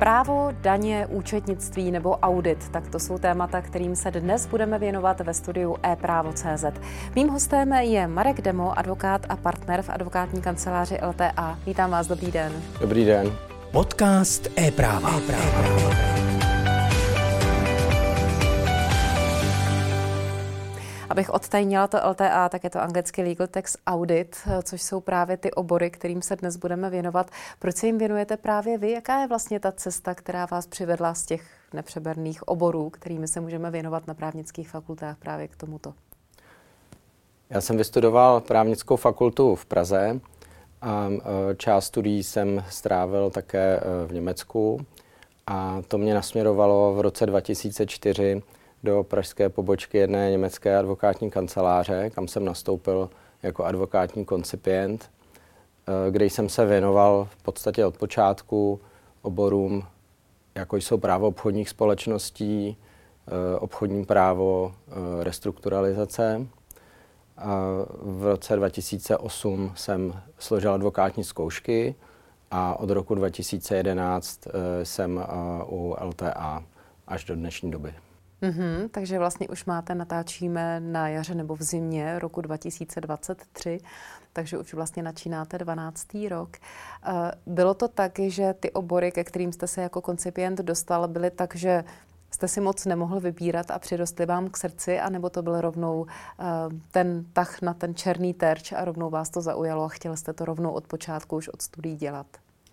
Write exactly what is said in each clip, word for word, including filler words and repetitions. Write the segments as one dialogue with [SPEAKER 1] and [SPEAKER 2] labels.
[SPEAKER 1] Právo, daně, účetnictví nebo audit, tak to jsou témata, kterým se dnes budeme věnovat ve studiu ePrávo tečka cé zet. Mým hostem je Marek Demo, advokát a partner v advokátní kanceláři L T A. Vítám vás, dobrý den.
[SPEAKER 2] Dobrý den.
[SPEAKER 3] Podcast ePráva. ePráva.
[SPEAKER 1] Abych odtajnila to L T A, tak je to anglicky Legal Tax Audit, což jsou právě ty obory, kterým se dnes budeme věnovat. Proč se jim věnujete právě vy? Jaká je vlastně ta cesta, která vás přivedla z těch nepřeberných oborů, kterými se můžeme věnovat na právnických fakultách právě k tomuto?
[SPEAKER 2] Já jsem vystudoval právnickou fakultu v Praze a část studií jsem strávil také v Německu a to mě nasměrovalo v roce dva tisíce čtyři do pražské pobočky jedné německé advokátní kanceláře, kam jsem nastoupil jako advokátní koncipient, kde jsem se věnoval v podstatě od počátku oborům, jako jsou právo obchodních společností, obchodní právo, restrukturalizace. A v roce dva tisíce osm jsem složil advokátní zkoušky a od roku dva tisíce jedenáct jsem u L T A až do dnešní doby.
[SPEAKER 1] Mm-hmm, takže vlastně už máte, natáčíme na jaře nebo v zimě roku dva tisíce dvacet tři, takže už vlastně načínáte dvanáctý rok. Bylo to tak, že ty obory, ke kterým jste se jako koncipient dostal, byly tak, že jste si moc nemohl vybírat a přirostly vám k srdci, anebo to byl rovnou ten tah na ten černý terč a rovnou vás to zaujalo a chtěl jste to rovnou od počátku už od studií dělat?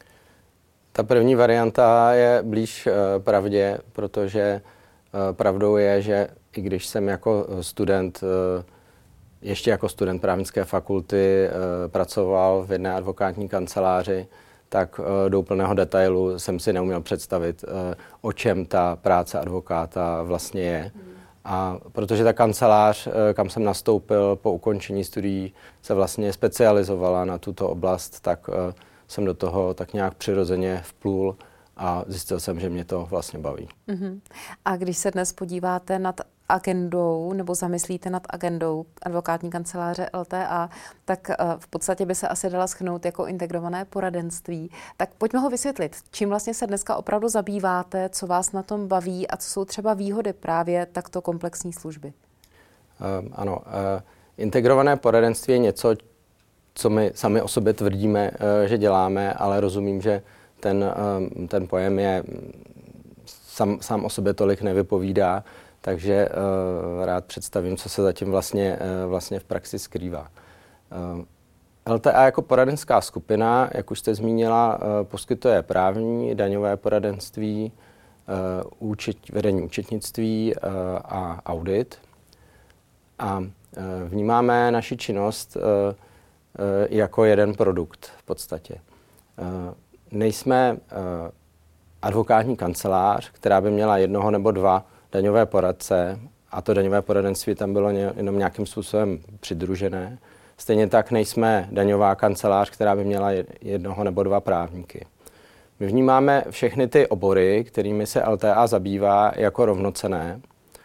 [SPEAKER 2] Ta první varianta je blíž pravdě, protože pravdou je, že i když jsem jako student, ještě jako student právnické fakulty pracoval v jedné advokátní kanceláři, tak do úplného detailu jsem si neuměl představit, o čem ta práce advokáta vlastně je. A protože ta kancelář, kam jsem nastoupil po ukončení studií, se vlastně specializovala na tuto oblast, tak jsem do toho tak nějak přirozeně vplul a zjistil jsem, že mě to vlastně baví.
[SPEAKER 1] Uh-huh. A když se dnes podíváte nad agendou nebo zamyslíte nad agendou advokátní kanceláře L T A, tak uh, v podstatě by se asi dala shrnout jako integrované poradenství. Tak pojďme ho vysvětlit. Čím vlastně se dneska opravdu zabýváte, co vás na tom baví a co jsou třeba výhody právě takto komplexní služby?
[SPEAKER 2] Uh, ano, uh, integrované poradenství je něco, co my sami o sobě tvrdíme, uh, že děláme, ale rozumím, že ten, uh, ten pojem je sam, sám o sobě tolik nevypovídá, takže uh, rád představím, co se zatím vlastně, uh, vlastně v praxi skrývá. Uh, L T A jako poradenská skupina, jak už jste zmínila, uh, poskytuje právní, daňové poradenství, uh, účet, vedení účetnictví uh, a audit. A uh, vnímáme naši činnost uh, uh, jako jeden produkt v podstatě. Uh, nejsme uh, advokátní kancelář, která by měla jednoho nebo dva daňové poradce, a to daňové poradenství tam bylo jenom nějakým způsobem přidružené. Stejně tak nejsme daňová kancelář, která by měla jednoho nebo dva právníky. My vnímáme všechny ty obory, kterými se L T A zabývá, jako rovnocenné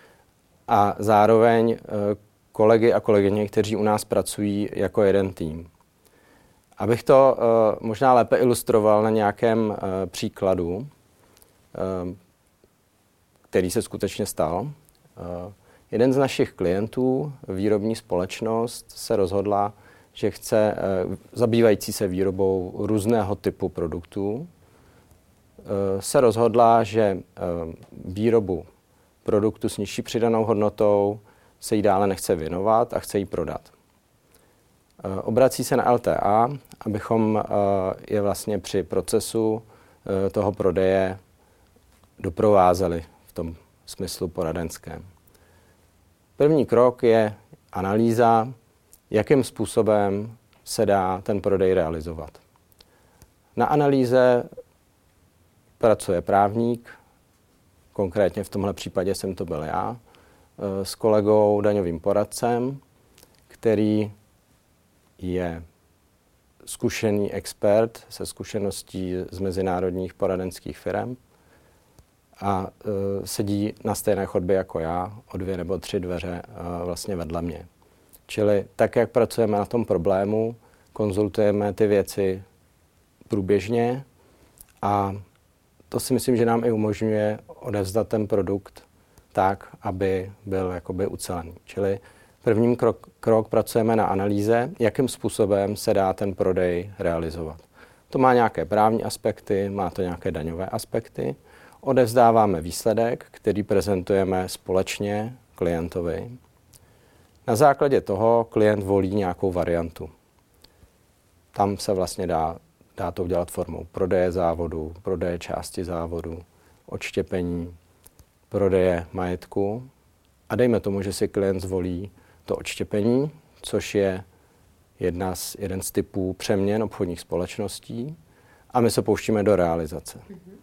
[SPEAKER 2] a zároveň kolegy a kolegyně, kteří u nás pracují, jako jeden tým. Abych to možná lépe ilustroval na nějakém příkladu, který se skutečně stal. Uh, jeden z našich klientů, výrobní společnost, se rozhodla, že chce, uh, zabývající se výrobou různého typu produktů, uh, se rozhodla, že uh, výrobu produktu s nižší přidanou hodnotou se jí dále nechce věnovat a chce ji prodat. Uh, obrací se na L T A, abychom uh, je vlastně při procesu uh, toho prodeje doprovázeli v tom smyslu poradenském. První krok je analýza, jakým způsobem se dá ten prodej realizovat. Na analýze pracuje právník, konkrétně v tomhle případě jsem to byl já, s kolegou daňovým poradcem, který je zkušený expert se zkušeností z mezinárodních poradenských firem, a uh, sedí na stejné chodbě jako já, o dvě nebo tři dveře uh, vlastně vedle mě. Čili tak, jak pracujeme na tom problému, konzultujeme ty věci průběžně a to si myslím, že nám i umožňuje odevzdat ten produkt tak, aby byl jakoby ucelený. Čili prvním krok, krok pracujeme na analýze, jakým způsobem se dá ten prodej realizovat. To má nějaké právní aspekty, má to nějaké daňové aspekty. Odevzdáváme výsledek, který prezentujeme společně klientovi. Na základě toho klient volí nějakou variantu. Tam se vlastně dá, dá to udělat formou prodeje závodu, prodeje části závodu, odštěpení, prodeje majetku. A dejme tomu, že si klient zvolí to odštěpení, což je jedna z, jeden z typů přeměn obchodních společností, a my se pouštíme do realizace.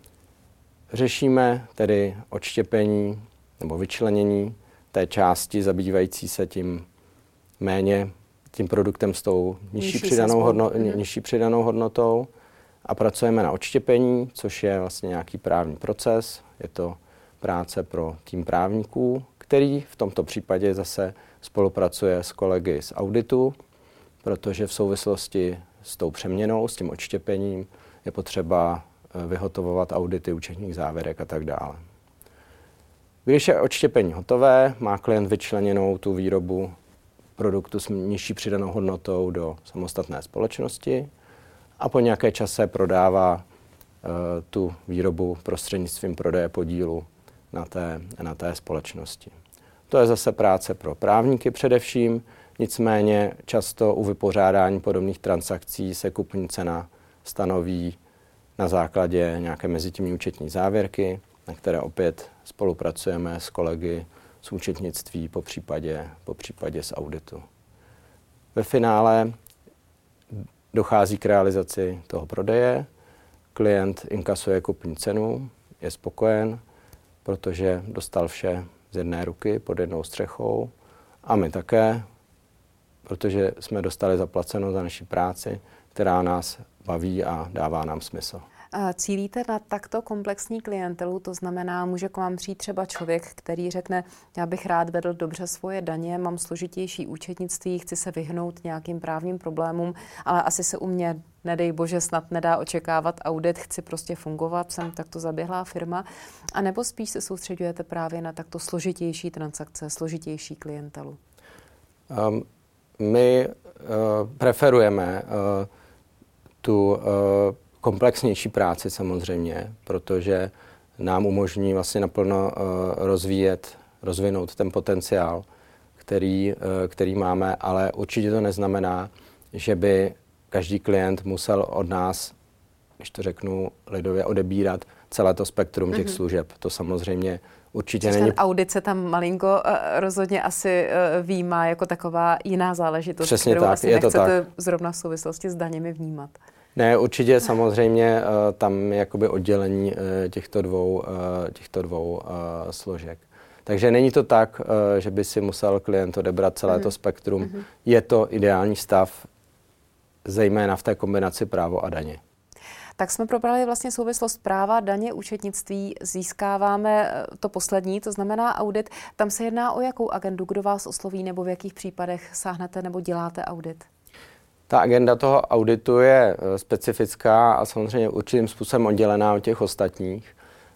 [SPEAKER 2] Řešíme tedy odštěpení nebo vyčlenění té části zabývající se tím méně, tím produktem s tou nižší, nižší, přidanou, hodno, mm. nižší přidanou hodnotou a pracujeme na odštěpení, což je vlastně nějaký právní proces. Je to práce pro tým právníků, který v tomto případě zase spolupracuje s kolegy z auditu, protože v souvislosti s tou přeměnou, s tím odštěpením je potřeba vyhotovovat audity účetních závěrek a tak dále. Když je odštěpení hotové, má klient vyčleněnou tu výrobu produktu s nižší přidanou hodnotou do samostatné společnosti a po nějaké čase prodává uh, tu výrobu prostřednictvím prodeje podílu na té, na té společnosti. To je zase práce pro právníky především, nicméně často u vypořádání podobných transakcí se kupní cena stanoví na základě nějaké mezitímní účetní závěrky, na které opět spolupracujeme s kolegy z účetnictví, po případě, po případě z auditu. Ve finále dochází k realizaci toho prodeje, klient inkasuje kupní cenu, je spokojen, protože dostal vše z jedné ruky pod jednou střechou a my také, protože jsme dostali zaplaceno za naši práci, která nás baví a dává nám smysl.
[SPEAKER 1] Cílíte na takto komplexní klientelu, to znamená, může k vám přijít třeba člověk, který řekne, já bych rád vedl dobře svoje daně, mám složitější účetnictví, chci se vyhnout nějakým právním problémům, ale asi se u mě, nedej bože, snad nedá očekávat audit, chci prostě fungovat, jsem takto zaběhlá firma, a nebo spíš se soustředujete právě na takto složitější transakce, složitější klientelu?
[SPEAKER 2] Um, my uh, preferujeme uh, tu uh, komplexnější práci samozřejmě, protože nám umožní vlastně naplno uh, rozvíjet, rozvinout ten potenciál, který, uh, který máme, ale určitě to neznamená, že by každý klient musel od nás, když to řeknu lidově, odebírat celé to spektrum těch mm-hmm. služeb. To samozřejmě určitě
[SPEAKER 1] Což
[SPEAKER 2] není...
[SPEAKER 1] Ten audit se tam malinko uh, rozhodně asi uh, výjímá jako taková jiná záležitost,
[SPEAKER 2] Přesně
[SPEAKER 1] kterou
[SPEAKER 2] tak,
[SPEAKER 1] asi
[SPEAKER 2] je
[SPEAKER 1] nechcete
[SPEAKER 2] to tak.
[SPEAKER 1] zrovna v souvislosti s daněmi vnímat.
[SPEAKER 2] Ne, určitě samozřejmě uh, tam je jakoby oddělení uh, těchto dvou, uh, těchto dvou uh, složek. Takže není to tak, uh, že by si musel klient odebrat celé mm-hmm. to spektrum. Mm-hmm. Je to ideální stav, zejména v té kombinaci právo a daně.
[SPEAKER 1] Tak jsme probrali vlastně souvislost práva, daně, účetnictví, získáváme to poslední, to znamená audit. Tam se jedná o jakou agendu, kdo vás osloví nebo v jakých případech sáhnete nebo děláte audit?
[SPEAKER 2] Ta agenda toho auditu je specifická a samozřejmě určitým způsobem oddělená od těch ostatních.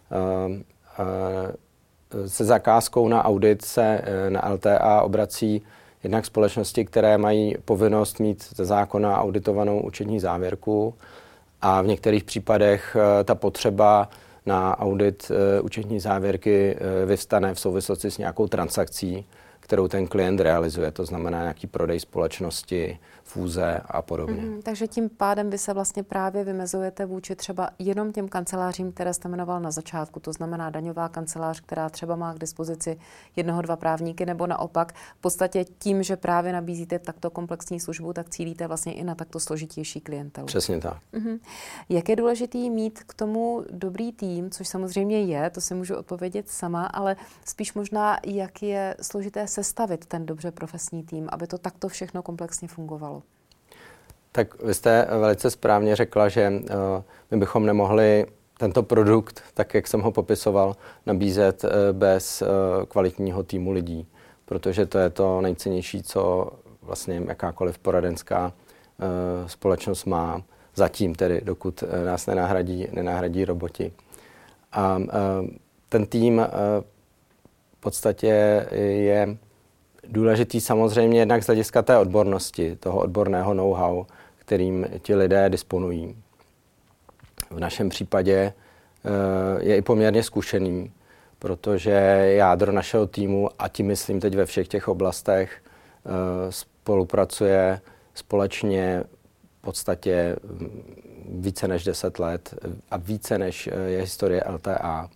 [SPEAKER 2] Se zakázkou na audit se na L T A obrací jednak společnosti, které mají povinnost mít ze zákona auditovanou účetní závěrku, a v některých případech ta potřeba na audit účetní závěrky vyvstane v souvislosti s nějakou transakcí, kterou ten klient realizuje, to znamená nějaký prodej společnosti, fúze a podobně. Mm,
[SPEAKER 1] takže tím pádem vy se vlastně právě vymezujete vůči třeba jenom těm kancelářím, které jste jmenoval na začátku, to znamená daňová kancelář, která třeba má k dispozici jednoho, dva právníky, nebo naopak v podstatě tím, že právě nabízíte takto komplexní službu, tak cílíte vlastně i na takto složitější klientelu.
[SPEAKER 2] Přesně tak.
[SPEAKER 1] Mm-hmm. Jak je důležitý mít k tomu dobrý tým, což samozřejmě je, to si můžu odpovědět sama, ale spíš možná, jak je složité sestavit ten dobře profesní tým, aby to takto všechno komplexně fungovalo?
[SPEAKER 2] Tak vy jste velice správně řekla, že uh, my bychom nemohli tento produkt, tak jak jsem ho popisoval, nabízet uh, bez uh, kvalitního týmu lidí, protože to je to nejcennější, co vlastně jakákoliv poradenská uh, společnost má, zatím tedy, dokud uh, nás nenahradí, nenahradí roboti. A ten tým v podstatě je důležitý samozřejmě jednak z hlediska té odbornosti, toho odborného know-how, kterým ti lidé disponují. V našem případě je i poměrně zkušený, protože jádro našeho týmu, a tím myslím teď ve všech těch oblastech, spolupracuje společně v podstatě více než deset let a více než je historie L T A.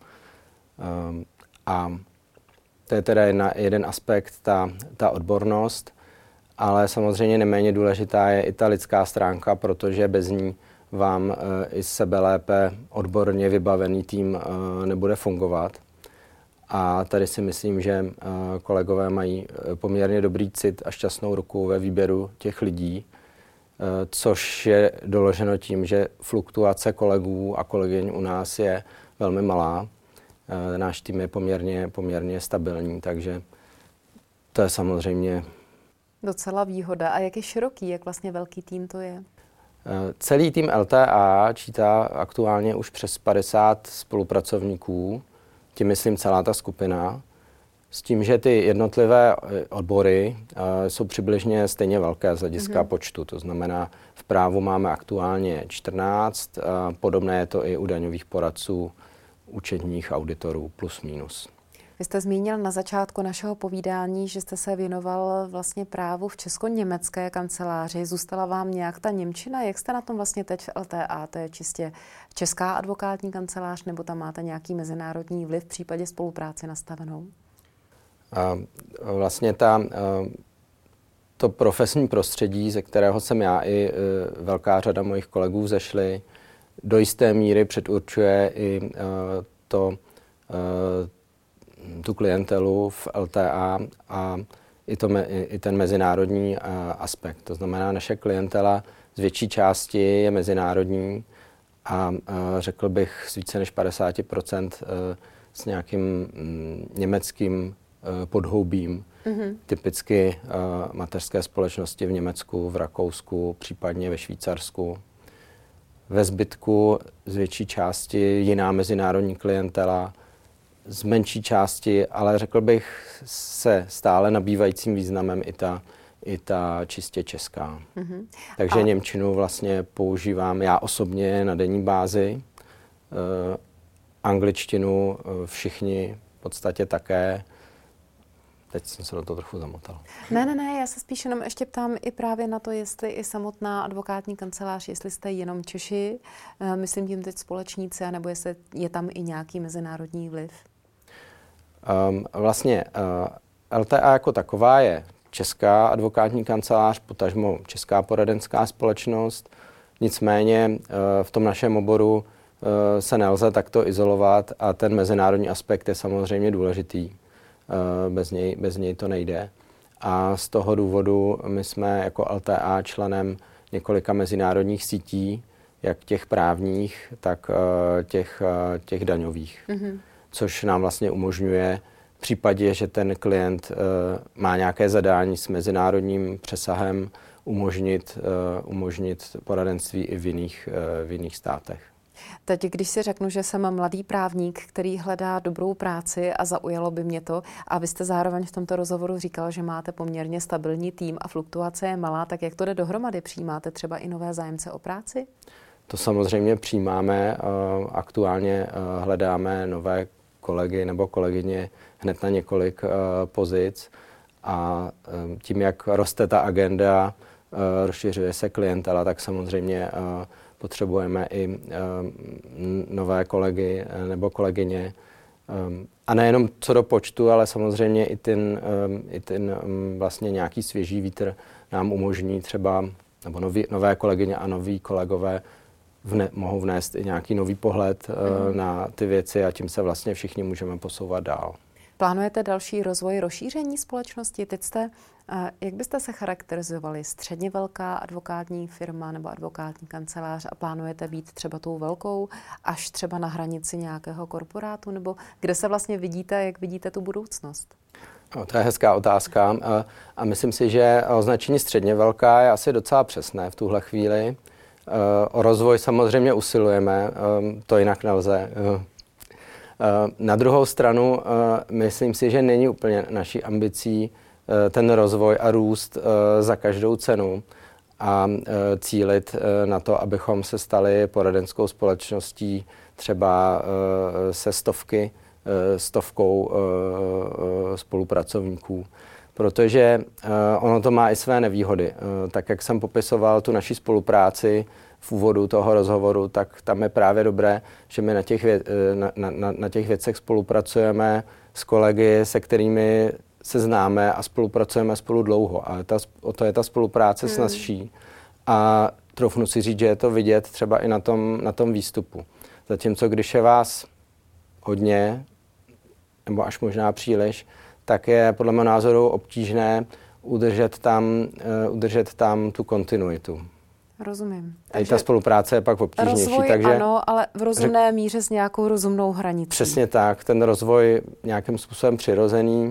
[SPEAKER 2] A to je teda jedna, jeden aspekt, ta, ta odbornost, ale samozřejmě neméně důležitá je i ta lidská stránka, protože bez ní vám i sebelépe odborně vybavený tým nebude fungovat. A tady si myslím, že kolegové mají poměrně dobrý cit a šťastnou ruku ve výběru těch lidí, což je doloženo tím, že fluktuace kolegů a kolegyň u nás je velmi malá. Náš tým je poměrně, poměrně stabilní, takže to je samozřejmě
[SPEAKER 1] docela výhoda. A jak je široký, jak vlastně velký tým to je?
[SPEAKER 2] Celý tým L T A čítá aktuálně už přes padesát spolupracovníků, tím myslím celá ta skupina, s tím, že ty jednotlivé odbory uh, jsou přibližně stejně velké z hlediska mm-hmm. počtu. To znamená, v právu máme aktuálně čtrnáct, uh, podobné je to i u daňových poradců, účetních auditorů plus minus.
[SPEAKER 1] Vy jste zmínil na začátku našeho povídání, že jste se věnoval vlastně právu v česko-německé kanceláři. Zůstala vám nějak ta němčina? Jak jste na tom vlastně teď v L T A? To je čistě česká advokátní kancelář, nebo tam máte nějaký mezinárodní vliv v případě spolupráce nastavenou?
[SPEAKER 2] A vlastně ta, to profesní prostředí, ze kterého jsem já i velká řada mojich kolegů vzešli, do jisté míry předurčuje i to, tu klientelu v L T A a i, to, i ten mezinárodní aspekt. To znamená, naše klientela z větší části je mezinárodní a řekl bych z více než padesát procent s nějakým německým podhoubím. Mm-hmm. Typicky mateřské společnosti v Německu, v Rakousku, případně ve Švýcarsku. Ve zbytku z větší části jiná mezinárodní klientela, z menší části, ale řekl bych se stále nabývajícím významem i ta, i ta čistě česká. Mm-hmm. Takže A... němčinu vlastně používám já osobně na denní bázi, e, angličtinu všichni v podstatě také. Teď jsem se do toho trochu zamotal.
[SPEAKER 1] Ne, ne, ne, já se spíš jenom ještě ptám i právě na to, jestli i samotná advokátní kancelář, jestli jste jenom Češi, myslím tím teď společníci, anebo jestli je tam i nějaký mezinárodní vliv.
[SPEAKER 2] Um, vlastně uh, L T A jako taková je česká advokátní kancelář, potažmo česká poradenská společnost, nicméně uh, v tom našem oboru uh, se nelze takto izolovat a ten mezinárodní aspekt je samozřejmě důležitý. Bez něj, bez něj to nejde. A z toho důvodu my jsme jako L T A členem několika mezinárodních sítí, jak těch právních, tak těch, těch daňových. Mm-hmm. Což nám vlastně umožňuje v případě, že ten klient má nějaké zadání s mezinárodním přesahem, umožnit, umožnit poradenství i v jiných, v jiných státech.
[SPEAKER 1] Teď, když si řeknu, že jsem mladý právník, který hledá dobrou práci a zaujalo by mě to, a vy jste zároveň v tomto rozhovoru říkal, že máte poměrně stabilní tým a fluktuace je malá, tak jak to jde dohromady? Přijímáte třeba i nové zájemce o práci?
[SPEAKER 2] To samozřejmě přijímáme. Aktuálně hledáme nové kolegy nebo kolegyně hned na několik pozic a tím, jak roste ta agenda, rozšiřuje se klientela, tak samozřejmě potřebujeme i uh, nové kolegy nebo kolegyně. Um, a nejenom co do počtu, ale samozřejmě i ten, um, i ten um, vlastně nějaký svěží vítr nám umožní třeba, nebo nový, nové kolegyně a noví kolegové vne, mohou vnést i nějaký nový pohled uh, mm. na ty věci a tím se vlastně všichni můžeme posouvat dál.
[SPEAKER 1] Plánujete další rozvoj, rozšíření společnosti? Teď jste, jak byste se charakterizovali? Středně velká advokátní firma nebo advokátní kancelář a plánujete být třeba tou velkou až třeba na hranici nějakého korporátu? Nebo kde se vlastně vidíte, jak vidíte tu budoucnost?
[SPEAKER 2] No, to je hezká otázka a, a myslím si, že označení středně velká je asi docela přesné v tuhle chvíli. O rozvoj samozřejmě usilujeme, to jinak nelze. Na druhou stranu, myslím si, že není úplně naší ambicí ten rozvoj a růst za každou cenu a cílit na to, abychom se stali poradenskou společností třeba se stovky, stovkou spolupracovníků. Protože ono to má i své nevýhody. Tak, jak jsem popisoval tu naši spolupráci v úvodu toho rozhovoru, tak tam je právě dobré, že my na těch, vě- na, na, na těch věcech spolupracujeme s kolegy, se kterými se známe a spolupracujeme spolu dlouho. Ale ta, o to je ta spolupráce hmm. snazší. A troufnu si říct, že je to vidět třeba i na tom, na tom výstupu. Zatímco když je vás hodně, nebo až možná příliš, tak je podle mého názoru obtížné udržet tam, uh, udržet tam tu kontinuitu.
[SPEAKER 1] Rozumím.
[SPEAKER 2] A ta spolupráce je pak obtížnější.
[SPEAKER 1] Rozvoj
[SPEAKER 2] takže
[SPEAKER 1] ano, ale v rozumné míře s nějakou rozumnou hranicí.
[SPEAKER 2] Přesně tak. Ten rozvoj nějakým způsobem přirozený,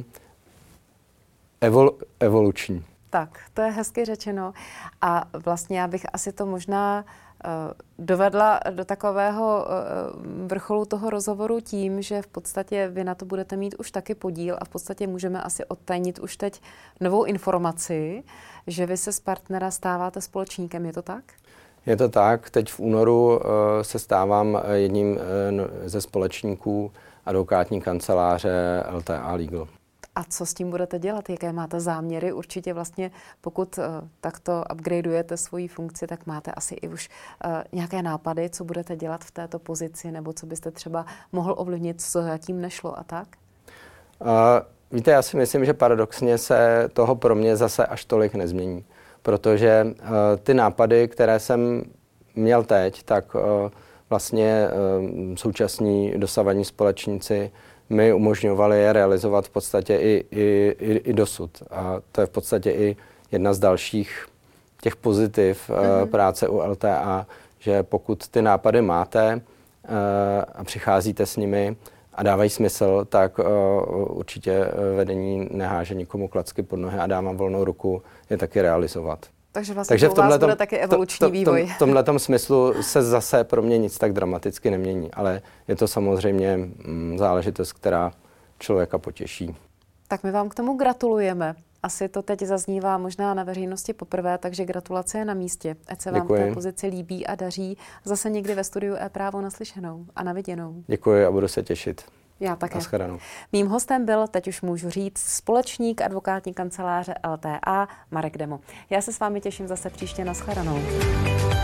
[SPEAKER 2] evol, evoluční.
[SPEAKER 1] Tak, to je hezky řečeno. A vlastně já bych asi to možná uh, dovedla do takového uh, vrcholu toho rozhovoru tím, že v podstatě vy na to budete mít už taky podíl a v podstatě můžeme asi odtajnit už teď novou informaci, že vy se z partnera stáváte společníkem. Je to tak?
[SPEAKER 2] Je to tak. Teď v únoru uh, se stávám jedním uh, ze společníků advokátní kanceláře L T A Legal.
[SPEAKER 1] A co s tím budete dělat? Jaké máte záměry? Určitě vlastně, pokud uh, takto upgradeujete svoji funkci, tak máte asi i už uh, nějaké nápady, co budete dělat v této pozici, nebo co byste třeba mohl ovlivnit, co zatím nešlo a tak?
[SPEAKER 2] Uh, víte, já si myslím, že paradoxně se toho pro mě zase až tolik nezmění. Protože uh, ty nápady, které jsem měl teď, tak uh, vlastně uh, současní dosavadní společníci mi umožňovali je realizovat v podstatě i, i, i, i dosud. A to je v podstatě i jedna z dalších těch pozitiv mm-hmm. uh, práce u L T A, že pokud ty nápady máte uh, a přicházíte s nimi a dávají smysl, tak uh, určitě vedení neháže nikomu klacky pod nohy a dá vám volnou ruku je taky realizovat.
[SPEAKER 1] Takže vlastně Takže v tomhle bude taky evoluční to, to, vývoj.
[SPEAKER 2] V tom, tomhletom smyslu se zase pro mě nic tak dramaticky nemění, ale je to samozřejmě mm, záležitost, která člověka potěší.
[SPEAKER 1] Tak my vám k tomu gratulujeme. Asi to teď zaznívá možná na veřejnosti poprvé, takže gratulace je na místě. Ať se vám Děkuji. v té pozici líbí a daří. Zase někdy ve studiu E-právo naslyšenou a naviděnou.
[SPEAKER 2] Děkuji a budu se těšit.
[SPEAKER 1] Já také.
[SPEAKER 2] Naschledanou.
[SPEAKER 1] Mým hostem byl, teď už můžu říct, společník advokátní kanceláře L T A Marek Demo. Já se s vámi těším zase příště. Naschledanou.